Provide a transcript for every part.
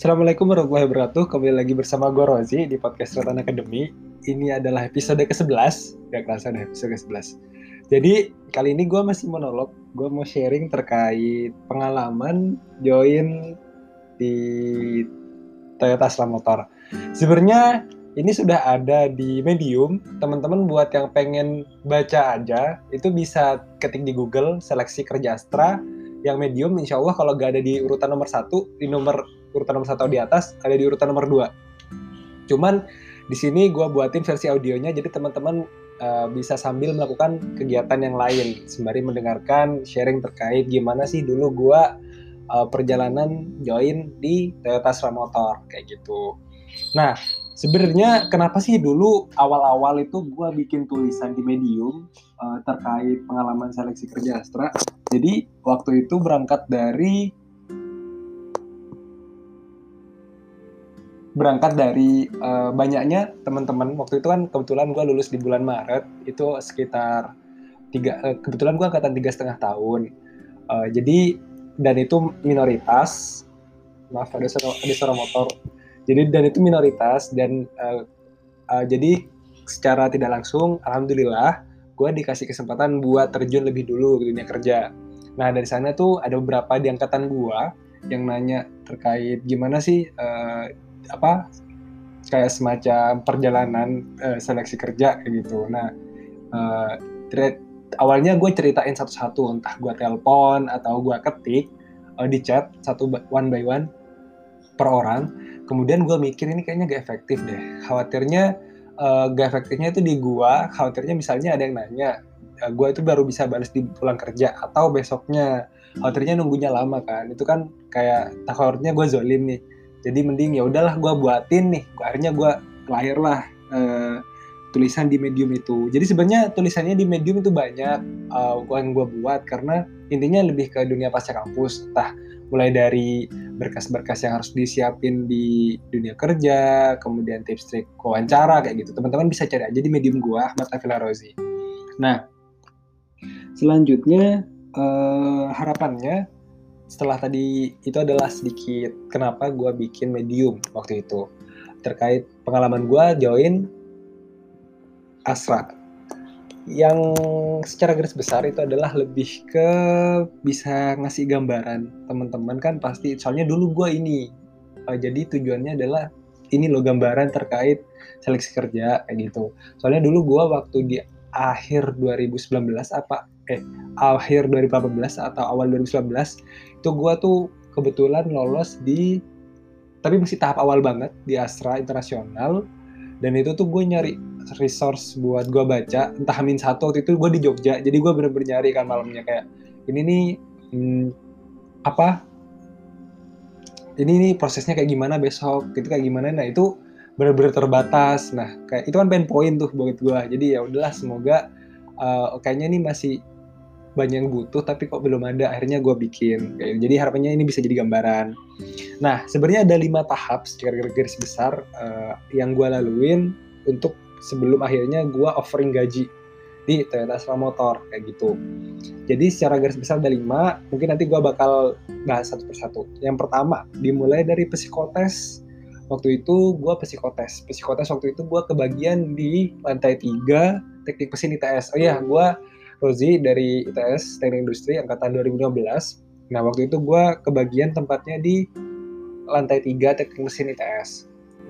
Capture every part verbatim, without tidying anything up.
Assalamualaikum warahmatullahi wabarakatuh. Kembali lagi bersama gue Rozi di podcast Rotan Academy. Ini adalah episode kesebelas. Gak kerasa udah episode kesebelas. Jadi kali ini gue masih monolog. Gue mau sharing terkait pengalaman join di Toyota Astra Motor. Sebenarnya ini sudah ada di Medium. Teman-teman buat yang pengen baca aja, itu bisa ketik di Google seleksi kerja Astra yang Medium. Insya Allah kalau gak ada di urutan nomor satu, di nomor urutan nomor satu di atas, ada di urutan nomor dua. Cuman di sini gue buatin versi audionya, jadi teman-teman uh, bisa sambil melakukan kegiatan yang lain sembari mendengarkan sharing terkait gimana sih dulu gue uh, perjalanan join di Toyota Astra Motor kayak gitu. Nah, sebenarnya kenapa sih dulu awal-awal itu gue bikin tulisan di Medium uh, terkait pengalaman seleksi kerja Astra. Jadi waktu itu berangkat dari berangkat dari uh, banyaknya teman-teman. Waktu itu kan kebetulan gue lulus di bulan Maret, itu sekitar tiga uh, kebetulan gue angkatan tiga setengah tahun. Uh, jadi dan itu minoritas. Maaf ada suara ada suara motor. Jadi dan itu minoritas dan uh, uh, jadi secara tidak langsung, alhamdulillah, gue dikasih kesempatan buat terjun lebih dulu ke dunia kerja. Nah dari sana tuh ada beberapa di angkatan gue yang nanya terkait gimana sih uh, apa kayak semacam perjalanan uh, seleksi kerja kayak gitu. Nah uh, tre- awalnya gue ceritain satu-satu, entah gue telepon atau gue ketik uh, di chat satu one by one per orang. Kemudian gue mikir ini kayaknya gak efektif deh. Khawatirnya uh, gak efektifnya itu di gue. Khawatirnya misalnya ada yang nanya, uh, gue itu baru bisa balas di pulang kerja atau besoknya. Khawatirnya nunggunya lama kan. Itu kan kayak takutnya gue zolim nih. Jadi mending ya udahlah gue buatin nih. Akhirnya gue lahirlah uh, tulisan di Medium itu. Jadi sebenarnya tulisannya di Medium itu banyak uh, yang gue buat karena intinya lebih ke dunia pasca kampus. Entah mulai dari berkas-berkas yang harus disiapin di dunia kerja, kemudian tips trik wawancara kayak gitu. Teman-teman bisa cari aja di Medium gue, Ahmad Afila Rozi. Nah, selanjutnya uh, harapannya setelah tadi itu adalah sedikit kenapa gue bikin Medium waktu itu terkait pengalaman gue join Astra. Yang secara garis besar itu adalah lebih ke bisa ngasih gambaran. Teman-teman kan pasti, soalnya dulu gue ini uh, jadi tujuannya adalah ini loh gambaran terkait seleksi kerja kayak gitu. Soalnya dulu gue waktu di akhir dua ribu sembilan belas apa eh akhir dua ribu delapan belas atau awal dua ribu sembilan belas itu gue tuh kebetulan lolos di, tapi masih tahap awal banget, di Astra Internasional. Dan itu tuh gue nyari resource buat gue baca, entah Hamin satu waktu itu gue di Jogja, jadi gue bener-bener nyari kan malamnya kayak ini nih hmm, apa ini nih prosesnya kayak gimana besok gitu kayak gimana. Nah itu bener-bener terbatas. Nah kayak itu kan pain point tuh buat gue. Jadi ya udahlah, semoga uh, kayaknya ini masih banyak yang butuh tapi kok belum ada, akhirnya gue bikin kayak, jadi harapannya ini bisa jadi gambaran. Nah sebenarnya ada lima tahap secara garis besar uh, yang gue laluin untuk sebelum akhirnya gue offering gaji di Toyota Astra Motor kayak gitu. Jadi secara garis besar ada lima, mungkin nanti gue bakal bahas satu persatu. Yang pertama dimulai dari psikotes. Waktu itu gue psikotes psikotes waktu itu gue kebagian di lantai tiga teknik mesin I T S. Oh iya, gue Rozi dari I T S Teknik Industri angkatan dua ribu lima belas. Nah waktu itu gue kebagian tempatnya di lantai tiga teknik mesin I T S.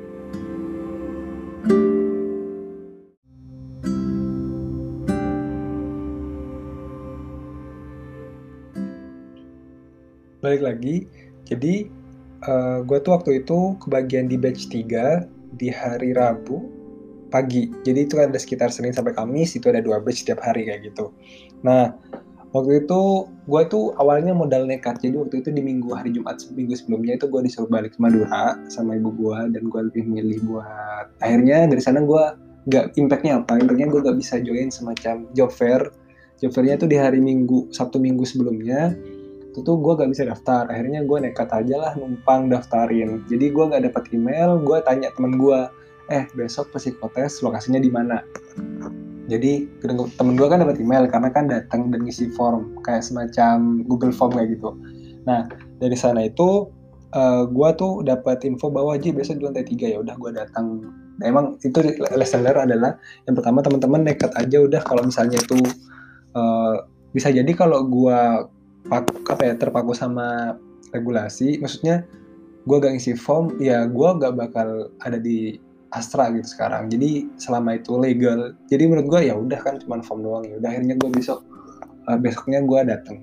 Balik lagi, jadi uh, gue tuh waktu itu kebagian di batch tiga di hari Rabu pagi. Jadi itu ada sekitar Senin sampai Kamis, itu ada dua batch setiap hari kayak gitu. Nah waktu itu gue tuh awalnya modal nekat. Jadi waktu itu di minggu hari Jumat minggu sebelumnya itu gue disuruh balik ke Madura sama ibu gue, dan gue lebih milih buat akhirnya dari sana gue gak, impactnya apa? Impactnya gue gak bisa join semacam job fair. Job fairnya tuh di hari Minggu, Sabtu Minggu sebelumnya itu tuh gue gak bisa daftar. Akhirnya gue nekat aja lah numpang daftarin. Jadi gue gak dapet email, gue tanya temen gue, eh besok psikotes lokasinya di mana? Jadi temen gue kan dapat email karena kan datang dan ngisi form kayak semacam Google Form kayak gitu. Nah dari sana itu uh, gue tuh dapat info bahwa Ji besok di lantai tiga, ya udah gue datang. Nah, emang itu lesson learned adalah yang pertama teman-teman nekat aja udah kalau misalnya itu uh, bisa jadi kalau gue apa ya terpaku sama regulasi, maksudnya gue gak ngisi form, ya gue gak bakal ada di Astra gitu sekarang. Jadi selama itu legal, jadi menurut gue ya udah kan cuma form doang, ya udah akhirnya gue besok uh, besoknya gue datang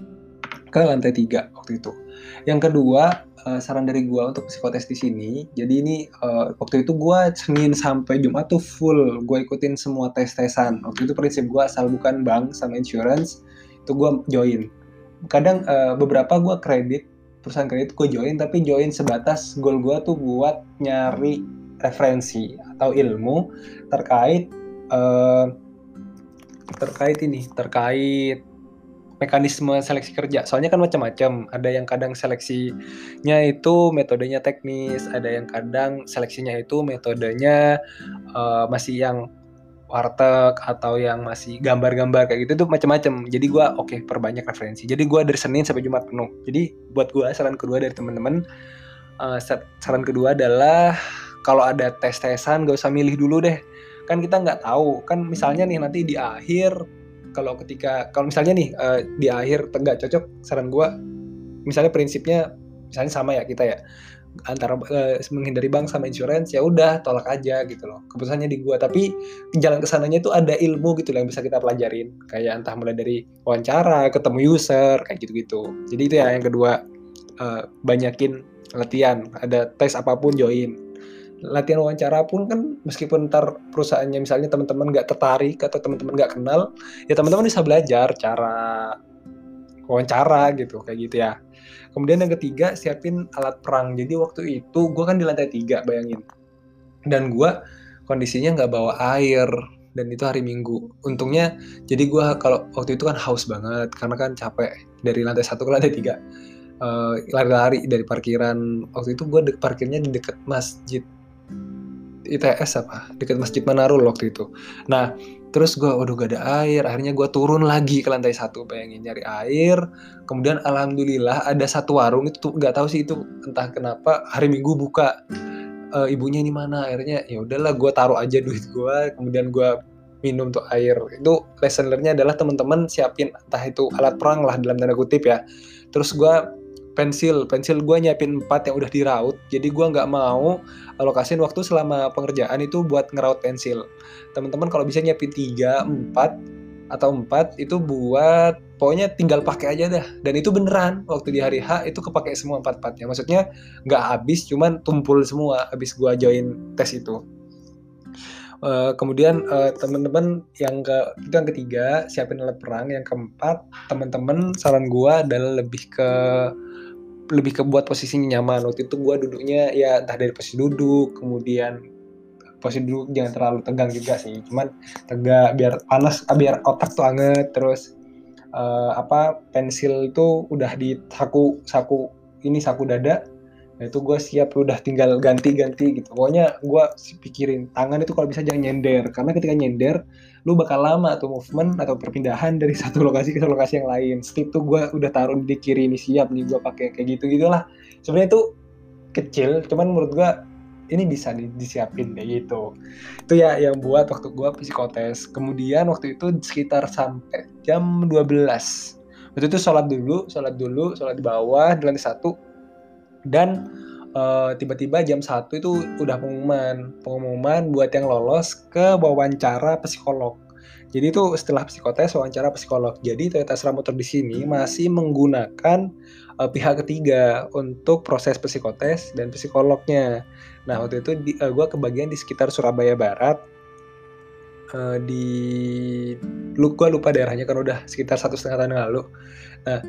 ke lantai tiga waktu itu. Yang kedua, uh, saran dari gue untuk psikotes di sini. Jadi ini uh, waktu itu gue Senin sampai Jumat tuh full gue ikutin semua tes-tesan. Waktu itu prinsip gue asal bukan bank sama insurance itu gue join. Kadang uh, beberapa gue kredit perusahaan kredit gue join, tapi join sebatas goal gue tuh buat nyari referensi atau ilmu terkait uh, terkait ini terkait mekanisme seleksi kerja. Soalnya kan macam-macam. Ada yang kadang seleksinya itu metodenya teknis, ada yang kadang seleksinya itu metodenya uh, masih yang warteg atau yang masih gambar-gambar kayak gitu tuh macam-macam. Jadi gue oke okay, perbanyak referensi. Jadi gue dari Senin sampai Jumat penuh. Jadi buat gue saran kedua dari teman-teman, uh, saran kedua adalah kalau ada tes-tesan gak usah milih dulu deh. Kan kita nggak tahu. Kan misalnya nih nanti di akhir kalau ketika kalau misalnya nih uh, di akhir nggak cocok, saran gue misalnya prinsipnya misalnya sama ya kita ya antara uh, menghindari bank sama insurance, ya udah tolak aja gitu loh, keputusannya di gue. Tapi jalan kesananya itu ada ilmu gitu loh yang bisa kita pelajarin, kayak entah mulai dari wawancara, ketemu user kayak gitu-gitu. Jadi itu ya yang kedua, uh, banyakin latihan, ada tes apapun join. Latihan wawancara pun kan meskipun ntar perusahaannya misalnya teman-teman nggak tertarik atau teman-teman nggak kenal, ya teman-teman bisa belajar cara wawancara gitu kayak gitu ya. Kemudian yang ketiga, siapin alat perang. Jadi waktu itu gue kan di lantai tiga, bayangin, dan gue kondisinya nggak bawa air, dan itu hari Minggu. Untungnya jadi gue kalau waktu itu kan haus banget karena kan capek dari lantai satu ke lantai tiga, uh, lari-lari dari parkiran. Waktu itu gue de- parkirnya di dekat masjid I T S apa dekat Masjid Manarul waktu itu. Nah terus gue waduh gak ada air, akhirnya gue turun lagi ke lantai satu, bayangin nyari air. Kemudian alhamdulillah ada satu warung itu nggak tahu sih itu entah kenapa hari Minggu buka, e, ibunya ini mana, akhirnya ya udahlah gue taruh aja duit gue, kemudian gue minum tuh air. Itu lesson learn-nya adalah teman-teman siapin entah itu alat perang lah dalam tanda kutip ya. Terus gue pensil, pensil gue nyiapin empat yang udah diraut, jadi gue nggak mau alokasin waktu selama pengerjaan itu buat ngeraut pensil. Teman-teman kalau bisa nyiapin tiga, empat atau empat itu buat pokoknya tinggal pakai aja dah. Dan itu beneran waktu di hari H itu kepake semua empat-empatnya. Maksudnya nggak habis, cuman tumpul semua habis gue join tes itu. Uh, kemudian uh, teman-teman yang ke itu yang ketiga, siapin alat perang. Yang keempat, teman-teman saran gue adalah lebih ke lebih ke buat posisinya nyaman. Waktu itu gue duduknya ya entah dari posisi duduk, kemudian posisi duduk jangan terlalu tegang juga sih, cuman tegak biar panas, biar otak tuh anget. Terus uh, apa pensil itu udah di saku saku ini saku dada. Nah itu gue siap, udah tinggal ganti-ganti gitu. Pokoknya gue pikirin tangan itu kalau bisa jangan nyender, karena ketika nyender lu bakal lama tuh movement atau perpindahan dari satu lokasi ke lokasi yang lain. Stick tuh gue udah taruh di kiri, ini siap nih gue pakai kayak gitu gitulah. Sebenarnya itu kecil, cuman menurut gue ini bisa nih disiapin kayak gitu. Itu ya yang buat waktu gue psikotes. Kemudian waktu itu sekitar sampai jam dua belas. Waktu itu sholat dulu, sholat dulu, sholat di bawah di lantai satu. Dan uh, tiba-tiba jam satu itu udah pengumuman pengumuman buat yang lolos ke wawancara psikolog. Jadi itu setelah psikotes wawancara psikolog. Jadi Toyota Astra Motor di sini masih menggunakan uh, pihak ketiga untuk proses psikotes dan psikolognya. Nah waktu itu uh, gue kebagian di sekitar Surabaya Barat, uh, di lu gue lupa daerahnya kan udah sekitar satu setengah tahun yang lalu. Nah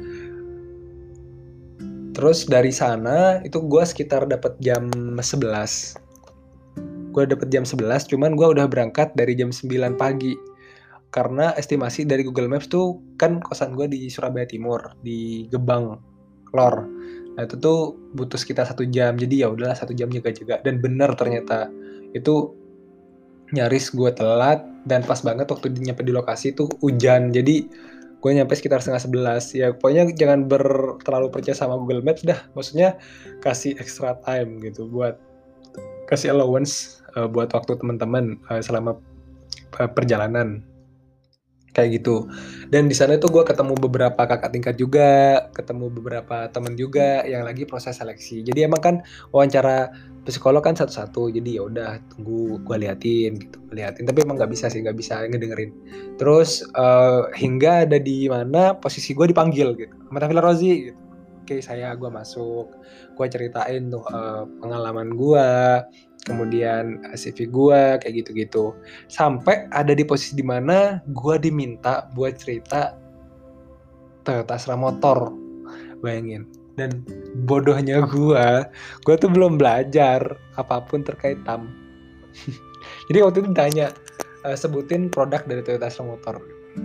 terus dari sana itu gue sekitar dapat jam sebelas. Gue dapat jam sebelas, cuman gue udah berangkat dari jam sembilan pagi. Karena estimasi dari Google Maps tuh kan kosan gue di Surabaya Timur, di Gebang, Lor. Nah itu tuh butuh sekitar satu jam. Jadi ya udahlah satu jam jaga-jaga. Dan bener ternyata itu nyaris gue telat, dan pas banget waktu nyampe di lokasi tuh hujan. Jadi gue nyampe sekitar setengah sebelas. Ya pokoknya jangan ber, terlalu percaya sama Google Maps dah. Maksudnya kasih extra time gitu buat kasih allowance uh, buat waktu teman-teman uh, selama uh, perjalanan kayak gitu. Dan di sana tuh gue ketemu beberapa kakak tingkat juga, ketemu beberapa temen juga yang lagi proses seleksi. Jadi emang kan wawancara psikolog kan satu-satu, jadi ya udah tunggu gue liatin gitu, liatin. Tapi emang nggak bisa sih, nggak bisa ngedengerin. Terus uh, hingga ada di mana posisi gue dipanggil gitu, sama Tafila Rozi gitu. Oke, saya gue masuk, gue ceritain tuh uh, pengalaman gue, kemudian C V gue kayak gitu-gitu, sampai ada di posisi dimana gue diminta buat cerita Toyota Astra Motor, bayangin. Dan bodohnya gue, gue tuh belum belajar apapun terkait T A M. Jadi waktu itu ditanya, e, sebutin produk dari Toyota Astra Motor.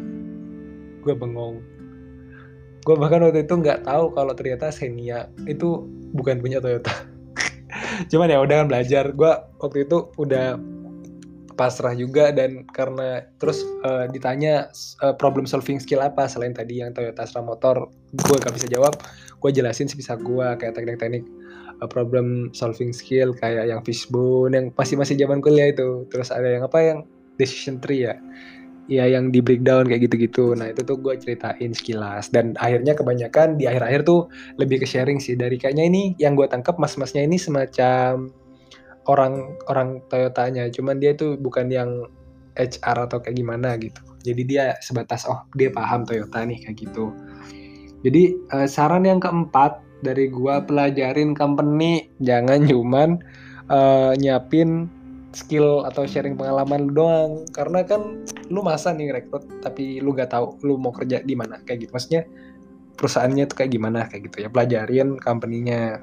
Gue bengong. Gue bahkan waktu itu nggak tahu kalau ternyata Xenia itu bukan punya Toyota. Cuman ya udah kan belajar. Gue waktu itu udah pasrah juga, dan karena terus uh, ditanya uh, problem solving skill apa selain tadi yang Toyota Astra Motor, gue gak bisa jawab. Gue jelasin sebisa gue kayak teknik-teknik uh, problem solving skill kayak yang fishbone yang masih masih zaman kuliah itu. Terus ada yang apa yang decision tree ya, ya yang di breakdown kayak gitu-gitu. Nah itu tuh gue ceritain sekilas, dan akhirnya kebanyakan di akhir-akhir tuh lebih ke sharing sih. Dari kayaknya ini yang gue tangkap mas-masnya ini semacam orang orang Toyotanya, cuman dia tuh bukan yang H R atau kayak gimana gitu. Jadi dia sebatas oh dia paham Toyota nih kayak gitu. Jadi uh, saran yang keempat dari gua, pelajarin company, jangan cuman uh, nyiapin skill atau sharing pengalaman lu doang. Karena kan lu masa nih rekrut tapi lu gak tahu lu mau kerja di mana kayak gitu. Maksudnya perusahaannya tuh kayak gimana kayak gitu ya. Pelajarin company-nya.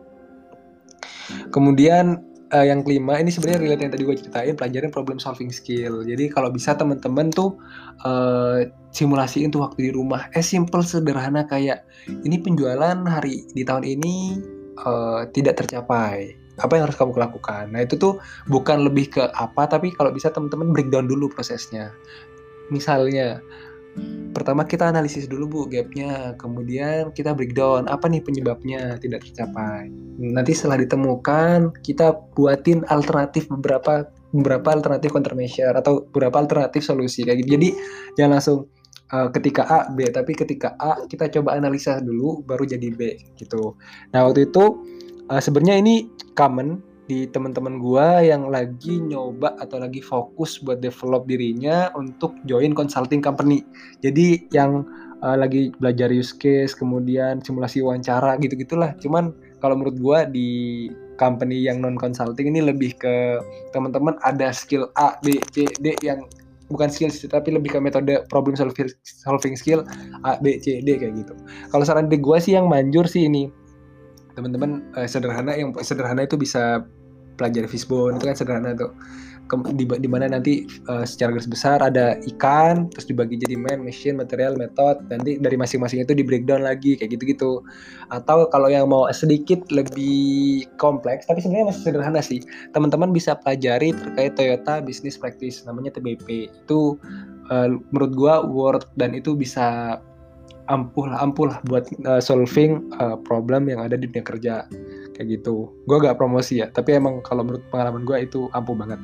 Kemudian Uh, yang kelima, ini sebenarnya relate yang tadi gue ceritain, pelajarin problem solving skill. Jadi kalau bisa teman-teman tuh uh, simulasiin tuh waktu di rumah. Eh simple sederhana kayak ini penjualan hari di tahun ini uh, tidak tercapai. Apa yang harus kamu lakukan? Nah itu tuh bukan lebih ke apa, tapi kalau bisa teman-teman breakdown dulu prosesnya. Misalnya pertama kita analisis dulu bu gapnya, kemudian kita breakdown apa nih penyebabnya tidak tercapai. Nanti setelah ditemukan kita buatin alternatif beberapa beberapa alternatif countermeasure atau beberapa alternatif solusi kayak gitu. Jadi jangan langsung uh, ketika A B, tapi ketika A kita coba analisa dulu baru jadi B gitu. Nah waktu itu uh, sebenarnya ini common di teman-teman gue yang lagi nyoba atau lagi fokus buat develop dirinya untuk join consulting company. Jadi yang uh, lagi belajar use case, kemudian simulasi wawancara gitu-gitulah. Cuman kalau menurut gue di company yang non consulting ini lebih ke teman-teman ada skill A, B, C, D yang bukan skill tapi lebih ke metode problem solving skill A, B, C, D kayak gitu. Kalau saran dari gue sih yang manjur sih ini, teman-teman uh, sederhana, yang sederhana itu bisa pelajari fishbone, itu kan sederhana tuh. Di, di mana nanti uh, secara garis besar ada ikan, terus dibagi jadi man, machine, material, method, nanti dari masing-masing itu di breakdown lagi kayak gitu-gitu. Atau kalau yang mau sedikit lebih kompleks tapi sebenarnya masih sederhana sih, teman-teman bisa pelajari terkait Toyota Business Practice, namanya T B P. Itu uh, menurut gua worth, dan itu bisa ampuh lah, ampuh lah buat uh, solving uh, problem yang ada di dunia kerja kayak gitu. Gue gak promosi ya, tapi emang kalau menurut pengalaman gue itu ampuh banget.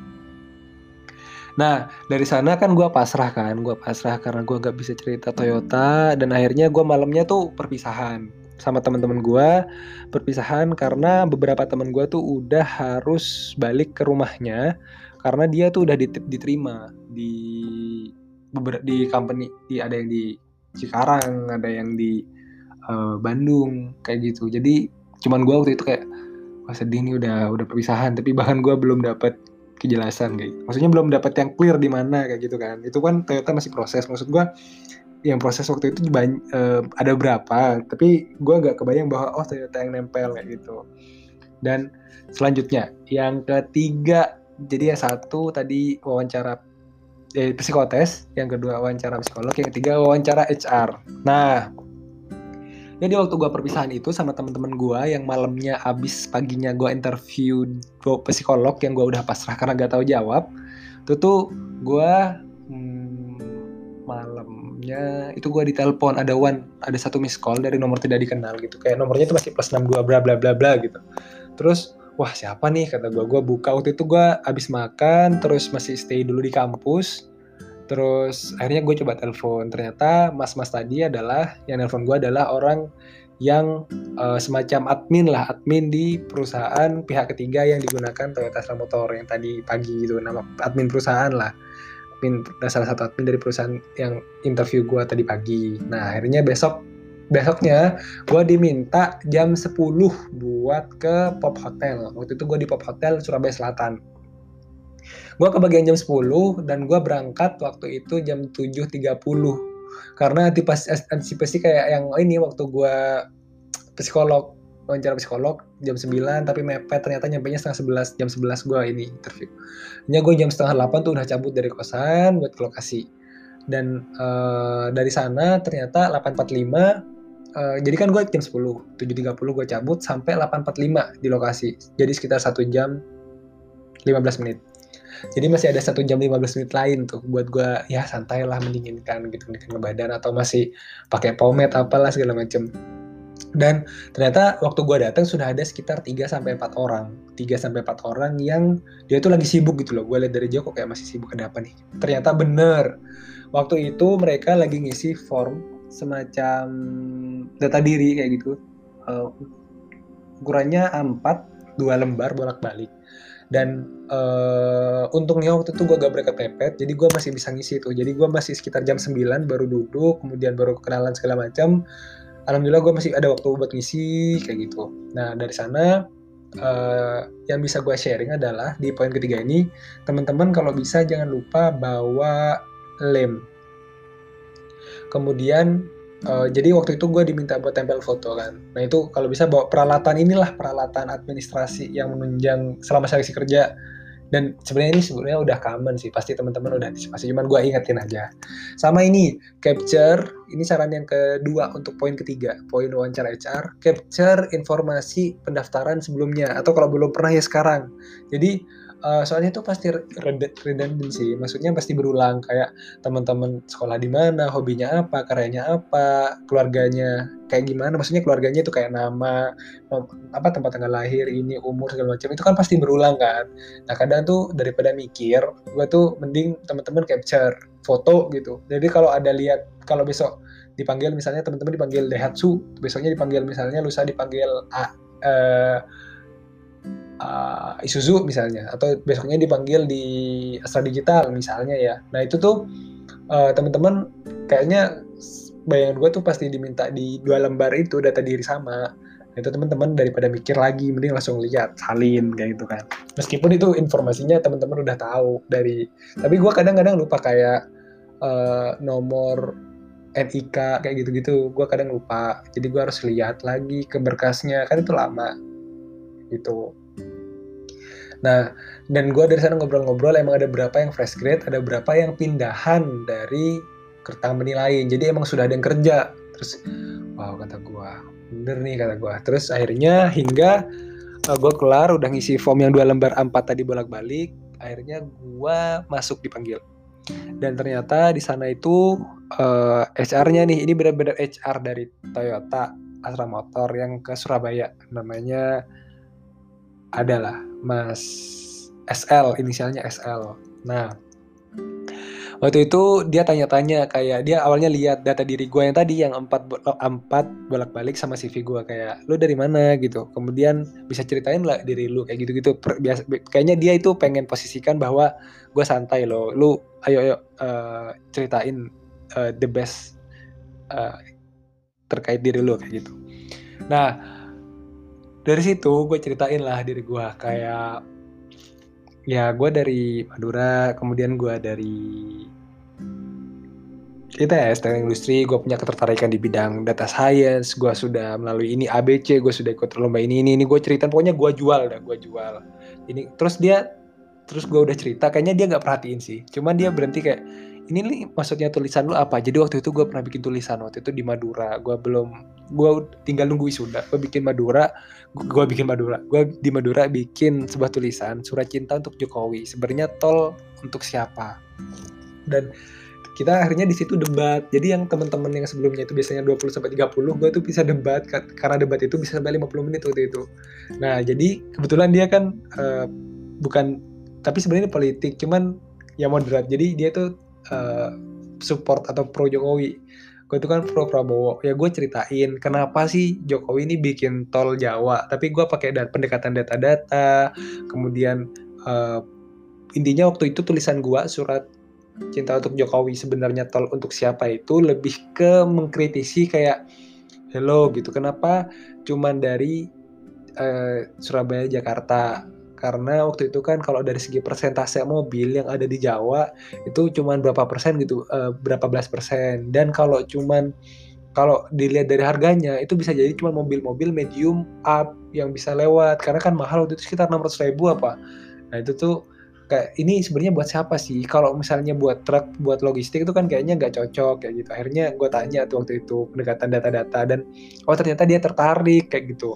Nah dari sana kan gue pasrah kan, gue pasrah karena gue gak bisa cerita Toyota, dan akhirnya gue malamnya tuh perpisahan sama teman-teman gue, perpisahan karena beberapa teman gue tuh udah harus balik ke rumahnya karena dia tuh udah diterima di di company, di ada yang di Cikarang, ada yang di uh, Bandung kayak gitu. Jadi cuman gue waktu itu kayak wah sedih nih, udah udah perpisahan, tapi bahkan gue belum dapat kejelasan kayak gitu. Maksudnya belum dapat yang clear di mana kayak gitu kan. Itu kan Toyota masih proses. Maksud gue yang proses waktu itu banyak, uh, ada berapa, tapi gue gak kebayang bahwa oh Toyota yang nempel kayak gitu. Dan selanjutnya yang ketiga, jadi yang satu tadi wawancara Eh, psikotes, yang kedua wawancara psikolog, yang ketiga wawancara H R. Nah, jadi waktu gue perpisahan itu sama teman-teman gue yang malamnya abis paginya gue interview gue psikolog yang gue udah pasrah karena gak tahu jawab, itu tuh gue hmm, malam malamnya itu gue ditelepon, ada one, ada satu miss call dari nomor tidak dikenal gitu, kayak nomornya itu masih plus enam dua bla bla bla bla gitu. Terus wah siapa nih kata gue, gue buka, waktu itu gue abis makan terus masih stay dulu di kampus. Terus akhirnya gue coba telepon, ternyata mas-mas tadi adalah yang nelpon gue adalah orang yang uh, semacam admin lah, admin di perusahaan pihak ketiga yang digunakan Toyota Astra Motor yang tadi pagi gitu, nama admin perusahaan lah, admin, salah satu admin dari perusahaan yang interview gue tadi pagi. Nah akhirnya besok besoknya gue diminta jam sepuluh buat ke Pop Hotel. Waktu itu gue di Pop Hotel Surabaya Selatan. Gue kebagian jam sepuluh dan gue berangkat waktu itu jam tujuh tiga puluh. Karena antisipasi kayak yang ini, waktu gue psikolog, wawancara psikolog jam sembilan tapi mepet, ternyata nyampainya setengah sebelas, jam sebelas gue ini interview. Hanya gue jam setengah delapan tuh udah cabut dari kosan buat ke lokasi. Dan uh, dari sana ternyata delapan empat puluh lima, uh, jadi kan gue jam sepuluh, tujuh tiga puluh gue cabut sampai delapan empat puluh lima di lokasi. Jadi sekitar satu jam lima belas menit. Jadi masih ada satu jam lima belas menit lain tuh buat gue ya santai lah, mendinginkan gitu, mendinginkan badan, atau masih pakai pomade apalah segala macem. Dan ternyata waktu gue datang sudah ada sekitar tiga sampai empat orang tiga sampai empat orang yang dia tuh lagi sibuk gitu loh. Gue lihat dari jauh kok kayak masih sibuk, ada apa nih. Ternyata bener, waktu itu mereka lagi ngisi form semacam data diri kayak gitu, uh, ukurannya A empat, dua lembar bolak-balik. Dan uh, untungnya waktu itu gue gak berkepepet, jadi gue masih bisa ngisi itu. Jadi gue masih sekitar jam sembilan baru duduk, kemudian baru kenalan segala macam. Alhamdulillah gue masih ada waktu buat ngisi kayak gitu. Nah dari sana uh, yang bisa gue sharing adalah di poin ketiga ini, teman-teman kalau bisa jangan lupa bawa lem. Kemudian uh, jadi waktu itu gue diminta buat tempel foto kan. Nah itu kalau bisa bawa peralatan inilah, peralatan administrasi yang menunjang selama seleksi kerja. Dan sebenarnya ini sebenarnya udah common sih, pasti teman-teman udah antisipasi, cuman gue ingetin aja. Sama ini, capture, ini saran yang kedua untuk poin ketiga, poin wawancara H R, capture informasi pendaftaran sebelumnya, atau kalau belum pernah ya sekarang. Jadi uh, soalnya itu pasti redundant sih, maksudnya pasti berulang, kayak teman-teman sekolah di mana, hobinya apa, karyanya apa, keluarganya kayak gimana, maksudnya keluarganya itu kayak nama, apa, tempat tanggal lahir, ini, umur, segala macam, itu kan pasti berulang kan. Nah kadang tuh daripada mikir, gue tuh mending teman-teman capture foto gitu. Jadi kalau ada lihat, kalau besok dipanggil misalnya teman-teman dipanggil Daihatsu, besoknya dipanggil misalnya lusa dipanggil A, uh, uh, Isuzu misalnya, atau besoknya dipanggil di Astra Digital misalnya ya. Nah itu tuh uh, teman-teman kayaknya bayangan gue tuh pasti diminta di dua lembar itu data diri sama. Itu teman-teman daripada mikir lagi, mending langsung lihat, salin kayak gitu kan. Meskipun itu informasinya teman-teman udah tahu dari, tapi gue kadang-kadang lupa kayak uh, nomor N I K kayak gitu-gitu, gue kadang lupa. Jadi gue harus lihat lagi ke berkasnya, kan itu lama gitu. Nah, dan gue dari sana ngobrol-ngobrol, emang ada berapa yang fresh grade, ada berapa yang pindahan dari company lain. Jadi emang sudah ada yang kerja. Terus, wow kata gue, bener nih kata gue. Terus akhirnya hingga uh, gue kelar, udah ngisi form yang dua lembar A empat tadi bolak-balik. Akhirnya gue masuk dipanggil. Dan ternyata di sana itu uh, H R-nya nih, ini benar-benar H R dari Toyota Astra Motor yang ke Surabaya. Namanya adalah Mas S L, inisialnya S L. Nah, waktu itu dia tanya-tanya, kayak dia awalnya lihat data diri gue yang tadi yang empat bolak-balik sama C V gue, kayak lu dari mana gitu. Kemudian bisa ceritain lah diri lu kayak gitu-gitu. Biasa, kayaknya dia itu pengen posisikan bahwa gue santai loh. Lu ayo ayo uh, ceritain uh, the best uh, terkait diri lu kayak gitu. Nah, dari situ gue ceritain lah diri gue, kayak ya gue dari Madura, kemudian gue dari I T S, teknik industri, gue punya ketertarikan di bidang data science, gue sudah melalui ini A B C, gue sudah ikut lomba ini ini ini, gue cerita, pokoknya gue jual dah, gue jual ini. Terus dia, terus gue udah cerita, kayaknya dia nggak perhatiin sih, cuman dia berhenti kayak, ini nih maksudnya tulisan lu apa? Jadi waktu itu gue pernah bikin tulisan, waktu itu di Madura, gue belum, gue tinggal nunggu wisuda, gue bikin Madura, gue bikin Madura, gue di Madura bikin sebuah tulisan, surat cinta untuk Jokowi, sebenarnya tol untuk siapa? Dan kita akhirnya di situ debat. Jadi yang teman-teman yang sebelumnya itu biasanya dua puluh sampai tiga puluh, gue tuh bisa debat karena debat itu bisa sampai lima puluh menit waktu itu. Nah, jadi kebetulan dia kan uh, bukan, tapi sebenarnya politik, cuman ya moderat. Jadi dia tuh uh, support atau pro Jokowi. Gue itu kan pro Prabowo. Ya gue ceritain kenapa sih Jokowi ini bikin tol Jawa. Tapi gue pakai dat- pendekatan data-data. Kemudian uh, intinya waktu itu tulisan gue, surat Cinta untuk Jokowi sebenarnya tol untuk siapa, itu lebih ke mengkritisi kayak hello gitu, kenapa cuman dari uh, Surabaya Jakarta, karena waktu itu kan kalau dari segi persentase mobil yang ada di Jawa itu cuman berapa persen gitu, uh, berapa belas persen, dan kalau cuman kalau dilihat dari harganya itu bisa jadi cuma mobil-mobil medium up yang bisa lewat, karena kan mahal waktu itu sekitar enam ratus ribu apa. Nah itu tuh kayak ini sebenarnya buat siapa sih? Kalau misalnya buat truk, buat logistik itu kan kayaknya nggak cocok kayak gitu. Akhirnya gue tanya tuh waktu itu pendekatan data-data, dan oh ternyata dia tertarik kayak gitu.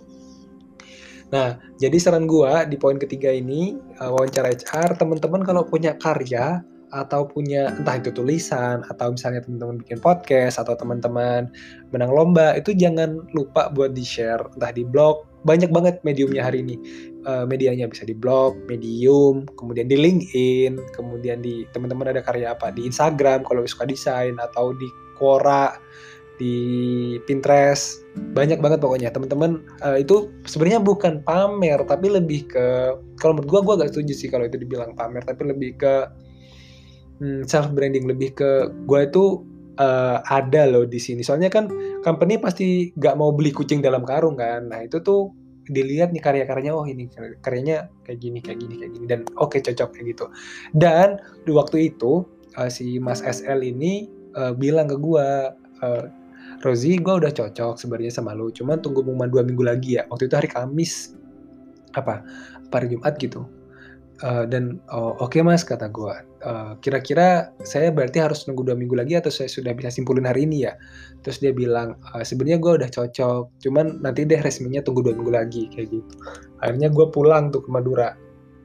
Nah, jadi saran gue di poin ketiga ini, uh, wawancara H R, teman-teman kalau punya karya atau punya entah itu tulisan atau misalnya teman-teman bikin podcast atau teman-teman menang lomba, itu jangan lupa buat di-share entah di blog. Banyak banget mediumnya hari ini. Uh, medianya bisa di blog, Medium, kemudian di LinkedIn, kemudian di teman-teman ada karya apa di Instagram kalau suka desain, atau di Quora, di Pinterest, banyak banget pokoknya teman-teman. Uh, itu sebenarnya bukan pamer tapi lebih ke, kalau menurut gue gue gak setuju sih kalau itu dibilang pamer, tapi lebih ke hmm, self branding, lebih ke gue itu uh, ada loh di sini. Soalnya kan company pasti gak mau beli kucing dalam karung kan. Nah itu tuh dilihat nih karya-karyanya, oh ini karyanya kayak gini kayak gini kayak gini, dan oke okay, cocok kayak gitu. Dan di waktu itu uh, si Mas S L ini uh, bilang ke gue, uh, Rozi, gue udah cocok sebenarnya sama lu, cuman tunggu pengumuman dua minggu lagi ya. Waktu itu hari Kamis apa, hari Jumat gitu. Uh, dan oh, oke okay, mas, kata gue, uh, kira-kira saya berarti harus nunggu dua minggu lagi atau saya sudah bisa simpulin hari ini ya? Terus dia bilang, uh, sebenarnya gue udah cocok, cuman nanti deh resminya tunggu dua minggu lagi kayak gitu. Akhirnya gue pulang tuh ke Madura.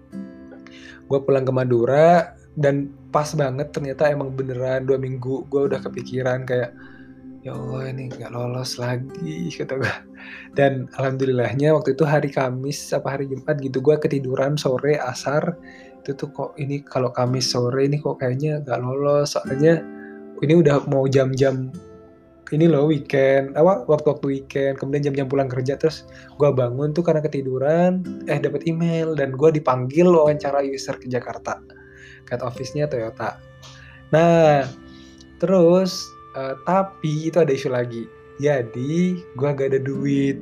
Gue pulang ke Madura dan pas banget ternyata emang beneran dua minggu gue udah kepikiran kayak, ya Allah ini gak lolos lagi kata gue. Dan alhamdulillahnya waktu itu hari Kamis apa hari Jumat gitu, gue ketiduran sore asar itu tuh, kok ini kalau Kamis sore ini kok kayaknya gak lolos, soalnya ini udah mau jam-jam ini loh weekend, apa waktu-waktu weekend, kemudian jam-jam pulang kerja. Terus gue bangun tuh karena ketiduran, eh dapat email dan gue dipanggil wawancara user ke Jakarta, head office-nya Toyota. Nah terus Uh, tapi itu ada isu lagi. Jadi gue gak ada duit.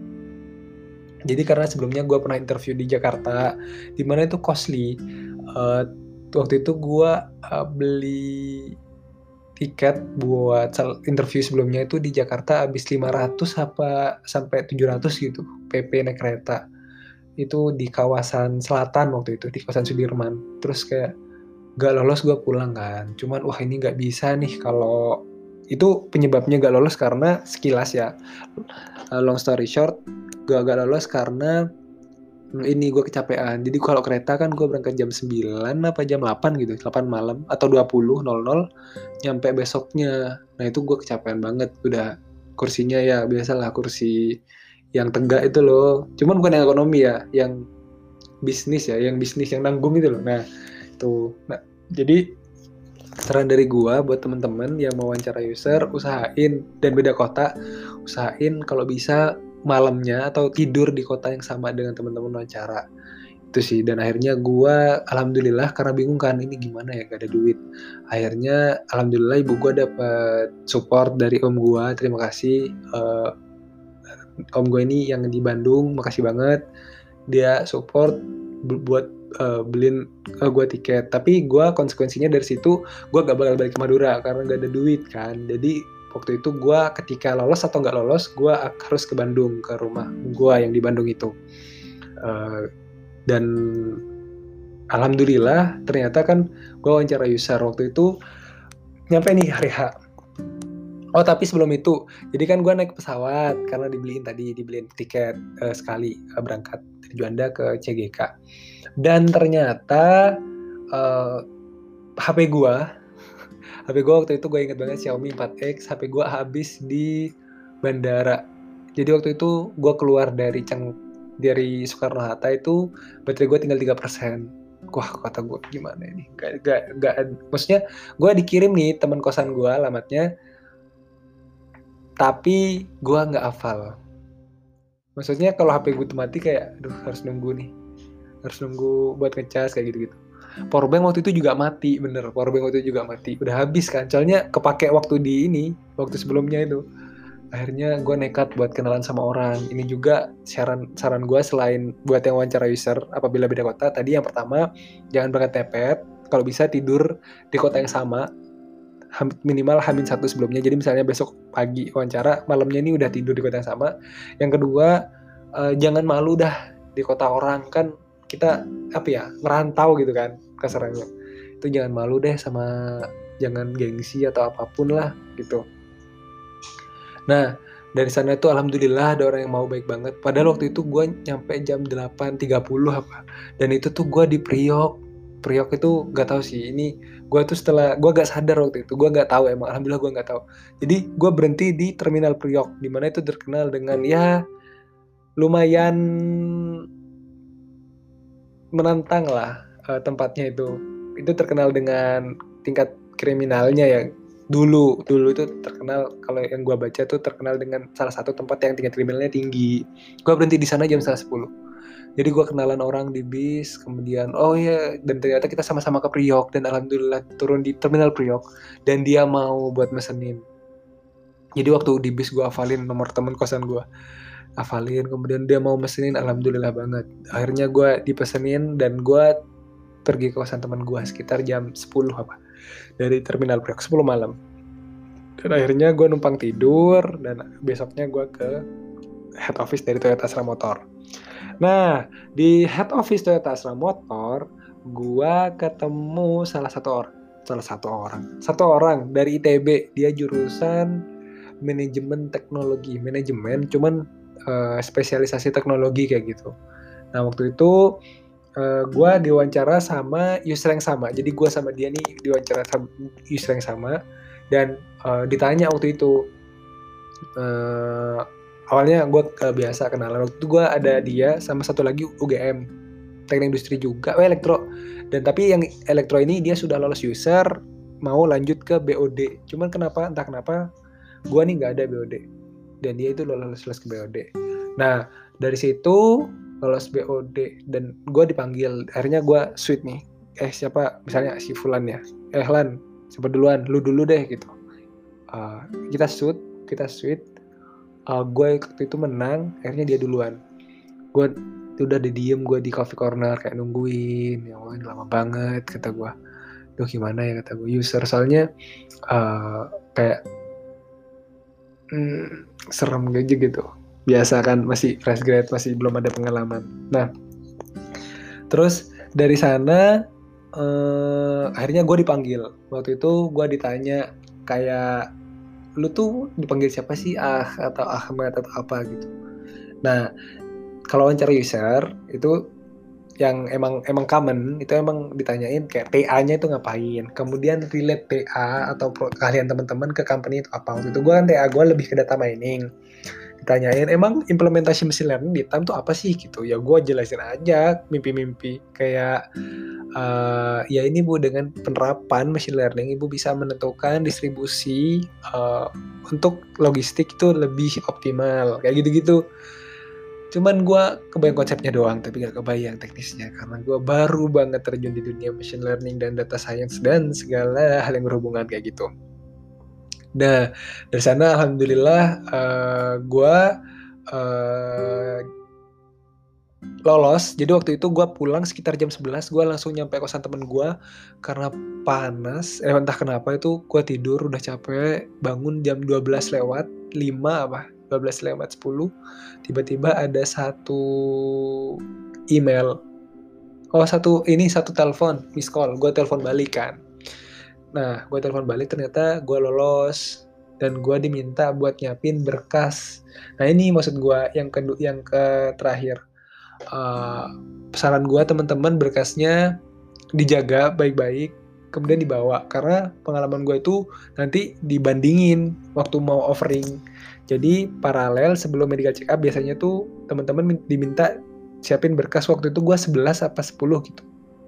Jadi karena sebelumnya gue pernah interview di Jakarta, dimana itu costly. Uh, waktu itu gue uh, beli tiket buat interview sebelumnya itu di Jakarta habis lima ratus apa sampai tujuh ratus gitu. P P naik kereta. Itu di kawasan selatan waktu itu, di kawasan Sudirman. Terus kayak gak lolos, gue pulang kan. Cuman wah ini gak bisa nih, kalau itu penyebabnya gak lolos karena sekilas ya, long story short, gue gak lolos karena ini gue kecapean. Jadi kalau kereta kan gue berangkat jam sembilan apa jam delapan gitu, delapan malam atau dua puluh nol nol, nyampe besoknya. Nah itu gue kecapean banget, udah kursinya ya biasalah kursi yang tegak itu loh, cuman bukan yang ekonomi ya, yang bisnis ya, yang bisnis yang nanggung itu loh. Nah itu, nah jadi saran dari gua buat teman-teman yang mau wawancara user, usahain, dan beda kota, usahain kalau bisa malamnya atau tidur di kota yang sama dengan teman-teman wawancara. Itu sih. Dan akhirnya gua alhamdulillah, karena bingung kan ini gimana ya gak ada duit. Akhirnya alhamdulillah ibu gua dapat support dari om gua. Terima kasih uh, om gua ini yang di Bandung, makasih banget. Dia support buat uh, beliin uh, gue tiket. Tapi gue konsekuensinya dari situ gue gak bakal balik ke Madura karena gak ada duit kan. Jadi waktu itu gue ketika lolos atau gak lolos, gue harus ke Bandung, ke rumah gue yang di Bandung itu. Uh, dan alhamdulillah ternyata kan gue wawancara user waktu itu nyampe nih hari H. Oh tapi sebelum itu, jadi kan gue naik pesawat karena dibeliin tadi, dibeliin tiket uh, sekali uh, berangkat dari Juanda ke C G K. Dan ternyata uh, H P gue, H H P gue waktu itu gue inget banget Xiaomi empat X. H P gue habis di bandara. Jadi waktu itu gue keluar dari Ceng dari Soekarno Hatta itu baterai gue tinggal tiga persen. Wah, kata gue gimana ini? Gak, gak, gak, maksudnya gue dikirim nih teman kosan gue alamatnya, tapi gue nggak hafal. Maksudnya kalau H P gue mati kayak, aduh harus nunggu nih, harus nunggu buat ngecas kayak gitu-gitu. Powerbank waktu itu juga mati, bener. Powerbank waktu itu juga mati, udah habis kan. Soalnya kepake waktu di ini, waktu sebelumnya itu. Akhirnya gue nekat buat kenalan sama orang. Ini juga saran saran gue selain buat yang wawancara user apabila beda kota. Tadi yang pertama, jangan berangkat tepet. Kalau bisa tidur di kota yang sama, minimal hamin satu sebelumnya. Jadi misalnya besok pagi wawancara, malamnya ini udah tidur di kota yang sama. Yang kedua, eh, jangan malu dah di kota orang, kan kita apa ya, ngerantau gitu kan kasarannya. Itu jangan malu deh, sama jangan gengsi atau apapun lah gitu. Nah, dari sana itu alhamdulillah ada orang yang mau baik banget. Padahal waktu itu gue nyampe jam delapan tiga puluh apa. Dan itu tuh gue di Priok. Priok itu gak tahu sih. Ini gue tuh setelah, gue gak sadar waktu itu. Gue gak tahu emang. Alhamdulillah gue gak tahu. Jadi gue berhenti di Terminal Priok. Dimana itu terkenal dengan ya lumayan menantang lah uh, tempatnya itu. Itu terkenal dengan tingkat kriminalnya ya. Dulu, dulu itu terkenal, kalau yang gue baca tuh terkenal dengan salah satu tempat yang tingkat kriminalnya tinggi. Gue berhenti di sana jam setengah sepuluh. Jadi gue kenalan orang di bis, kemudian oh ya, dan ternyata kita sama-sama ke Priok, dan alhamdulillah turun di Terminal Priok, dan dia mau buat mesenin. Jadi waktu di bis gue hafalin nomor temen kosan gue, hafalin, kemudian dia mau mesenin, alhamdulillah banget. Akhirnya gue dipesenin dan gue pergi ke kosan teman gue sekitar jam sepuluh apa. Dari Terminal Priok, sepuluh malam. Dan akhirnya gue numpang tidur, dan besoknya gue ke head office dari Toyota Astra Motor. Nah, di head office Toyota Astra Motor, gue ketemu salah satu orang, salah satu orang, satu orang dari I T B. Dia jurusan manajemen teknologi, manajemen, cuman uh, spesialisasi teknologi kayak gitu. Nah, waktu itu Uh, gue diwawancara sama user yang sama. Jadi gue sama dia nih diwawancara sama user yang sama. Dan uh, ditanya waktu itu, uh, awalnya gue uh, biasa kenalan. Waktu itu gue ada dia sama satu lagi U G M, teknik industri juga, oh elektro. Dan tapi yang elektro ini dia sudah lolos user, mau lanjut ke B O D. Cuman kenapa, entah kenapa gue nih gak ada B O D, dan dia itu lolos lolos ke B O D. Nah, dari situ lolos B O D dan gue dipanggil. Akhirnya gue switch nih, eh siapa, misalnya si Fulan ya, eh Lan siapa duluan, lu dulu deh gitu. Uh, kita shoot kita switch. Uh, gue waktu itu menang, akhirnya dia duluan. Gue udah di diem, gue di coffee corner kayak nungguin. Ya Allah, lama banget kata gue. Duh gimana ya kata gue, user soalnya uh, kayak hmm, serem aja gitu. Biasa kan, masih fresh grad, masih belum ada pengalaman. Nah, terus dari sana eh, akhirnya gue dipanggil. Waktu itu gue ditanya kayak, lu tuh dipanggil siapa sih, Ah atau Ahmad atau apa gitu. Nah, kalau wawancara user itu yang emang emang common itu emang ditanyain kayak T A-nya itu ngapain, kemudian relate T A atau keahlian teman-teman ke company itu apa. Waktu itu gue kan T A gue lebih ke data mining. Ditanyain emang implementasi machine learning di T A M tuh apa sih gitu. Ya gue jelasin aja mimpi-mimpi kayak uh, ya ini Bu, dengan penerapan machine learning Ibu bisa menentukan distribusi uh, untuk logistik itu lebih optimal kayak gitu-gitu. Cuman gue kebayang konsepnya doang, tapi gak kebayang teknisnya, karena gue baru banget terjun di dunia machine learning dan data science dan segala hal yang berhubungan kayak gitu. Nah, dari sana alhamdulillah uh, gue uh, lolos. Jadi waktu itu gue pulang sekitar jam sebelas, gue langsung nyampe kosan temen gue karena panas. Eh, entah kenapa itu gue tidur udah capek, bangun jam dua belas lewat lima apa, dua belas lewat sepuluh, tiba-tiba ada satu email. Oh satu ini satu telepon, miss call. Gue telepon balik kan. Nah, gue telepon balik, ternyata gue lolos dan gue diminta buat nyiapin berkas. Nah ini maksud gue yang ke yang ke terakhir. Uh, saran gue teman-teman, berkasnya dijaga baik-baik. kemudian dibawa, karena pengalaman gue itu nanti dibandingin waktu mau offering. Jadi paralel sebelum medical check up biasanya tuh teman-teman diminta siapin berkas. Waktu itu gue sebelas apa sepuluh gitu,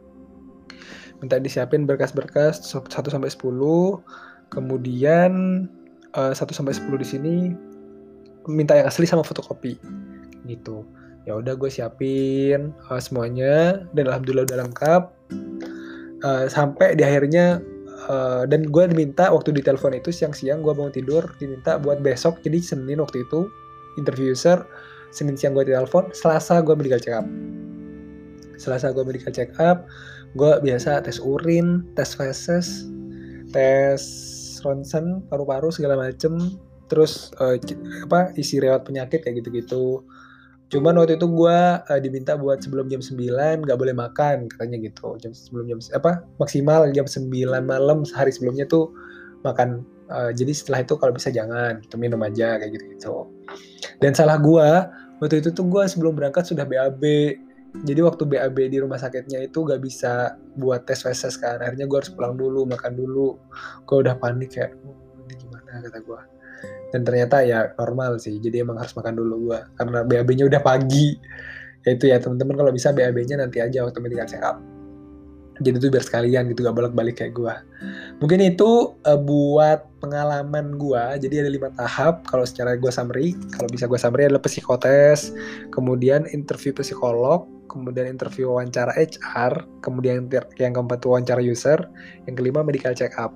minta disiapin berkas-berkas satu sampai sepuluh. Kemudian uh, satu sampai sepuluh di sini minta yang asli sama fotokopi gitu. Ya udah gue siapin uh, semuanya dan alhamdulillah udah lengkap. Uh, sampai di akhirnya uh, dan gue diminta waktu di telepon itu siang-siang, gue bangun tidur diminta buat besok, jadi Senin waktu itu interview user, Senin siang gue telepon, Selasa gue medical check up. Selasa gue medical check up, gue biasa tes urin, tes feses, tes ronsen, paru-paru segala macem, terus uh, apa isi riwayat penyakit kayak gitu-gitu. Cuman waktu itu gue uh, diminta buat sebelum jam sembilan gak boleh makan katanya gitu. Jam sebelum jam apa maksimal jam sembilan malam sehari sebelumnya tuh makan. Uh, jadi setelah itu kalau bisa jangan, gitu, minum aja kayak gitu-gitu. Dan salah gue waktu itu tuh gue sebelum berangkat sudah B A B. Jadi waktu B A B di rumah sakitnya itu gak bisa buat tes feses kan. Akhirnya gue harus pulang dulu, makan dulu. Gue udah panik kayak, oh, ini gimana kata gue. Dan ternyata ya normal sih, jadi emang harus makan dulu gue karena B A B-nya udah pagi. Ya itu ya teman-teman, kalau bisa B A B-nya nanti aja waktu medical check up. Jadi itu biar sekalian gitu, gak bolak-balik kayak gue. Mungkin itu uh, buat pengalaman gue. Jadi ada lima tahap kalau secara gue summary. Kalau bisa gue summary adalah psikotes, kemudian interview psikolog, kemudian interview wawancara H R, kemudian yang keempat itu wawancara user, yang kelima medical check up.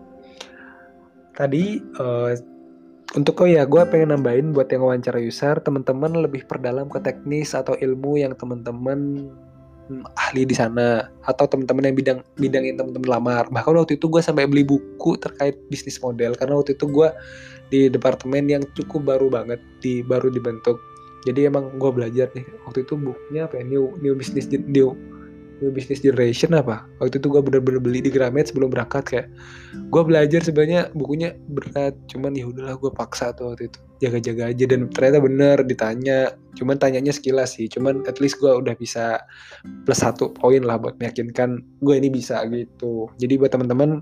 Tadi uh, untuk oh ya, gue pengen nambahin buat yang wawancara user, teman-teman lebih perdalam ke teknis atau ilmu yang teman-teman hmm, ahli di sana, atau teman-teman yang bidang bidang yang teman-teman lamar. Bahkan waktu itu gue sampai beli buku terkait bisnis model, karena waktu itu gue di departemen yang cukup baru banget, di baru dibentuk. Jadi emang gue belajar nih. Waktu itu bukunya apa ya? New New Business New New Business Generation apa. Waktu itu gue bener-bener beli di Gramet sebelum berangkat. Kayak gue belajar sebenarnya bukunya berat, cuman ya udahlah gue paksa tuh waktu itu, jaga-jaga aja. Dan ternyata bener ditanya, cuman tanyanya sekilas sih, cuman at least gue udah bisa plus satu poin lah buat meyakinkan gue ini bisa gitu. Jadi buat teman-teman,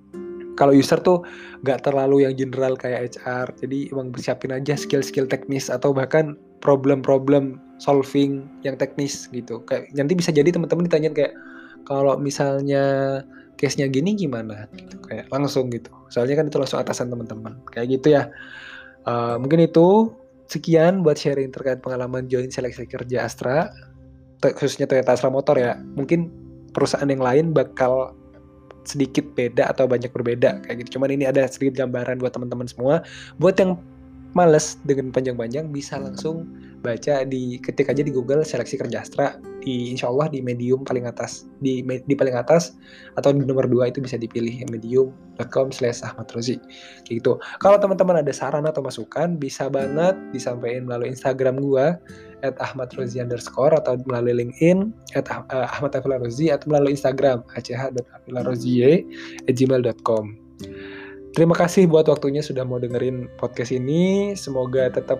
kalau user tuh gak terlalu yang general kayak H R, jadi emang siapin aja skill-skill teknis atau bahkan problem-problem solving yang teknis gitu. Kayak nanti bisa jadi teman-teman ditanya kayak, kalau misalnya case-nya gini gimana gitu, kayak langsung gitu. Soalnya kan itu langsung atasan teman-teman. Kayak gitu ya. Uh, mungkin itu sekian buat sharing terkait pengalaman join seleksi kerja Astra, khususnya Toyota Astra Motor ya. Mungkin perusahaan yang lain bakal sedikit beda atau banyak berbeda kayak gitu. Cuman ini ada sedikit gambaran buat teman-teman semua. Buat yang males dengan panjang-panjang bisa langsung baca, di ketik aja di Google seleksi kerja Astra, di insya Allah di medium paling atas, di di paling atas atau di nomor dua itu bisa dipilih medium dot com slash Ahmad Rozi gitu. Kalau teman-teman ada saran atau masukan bisa banget disampaikan melalui Instagram gua at ahmad rozi underscore atau melalui LinkedIn at ahmad rozi atau melalui Instagram a c h dot afilarozie at gmail dot com. Terima kasih buat waktunya sudah mau dengerin podcast ini. Semoga tetap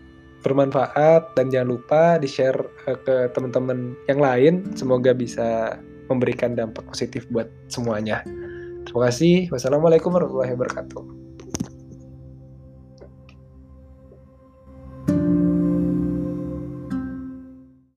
bermanfaat dan jangan lupa di-share ke teman-teman yang lain. Semoga bisa memberikan dampak positif buat semuanya. Terima kasih. Wassalamualaikum warahmatullahi wabarakatuh.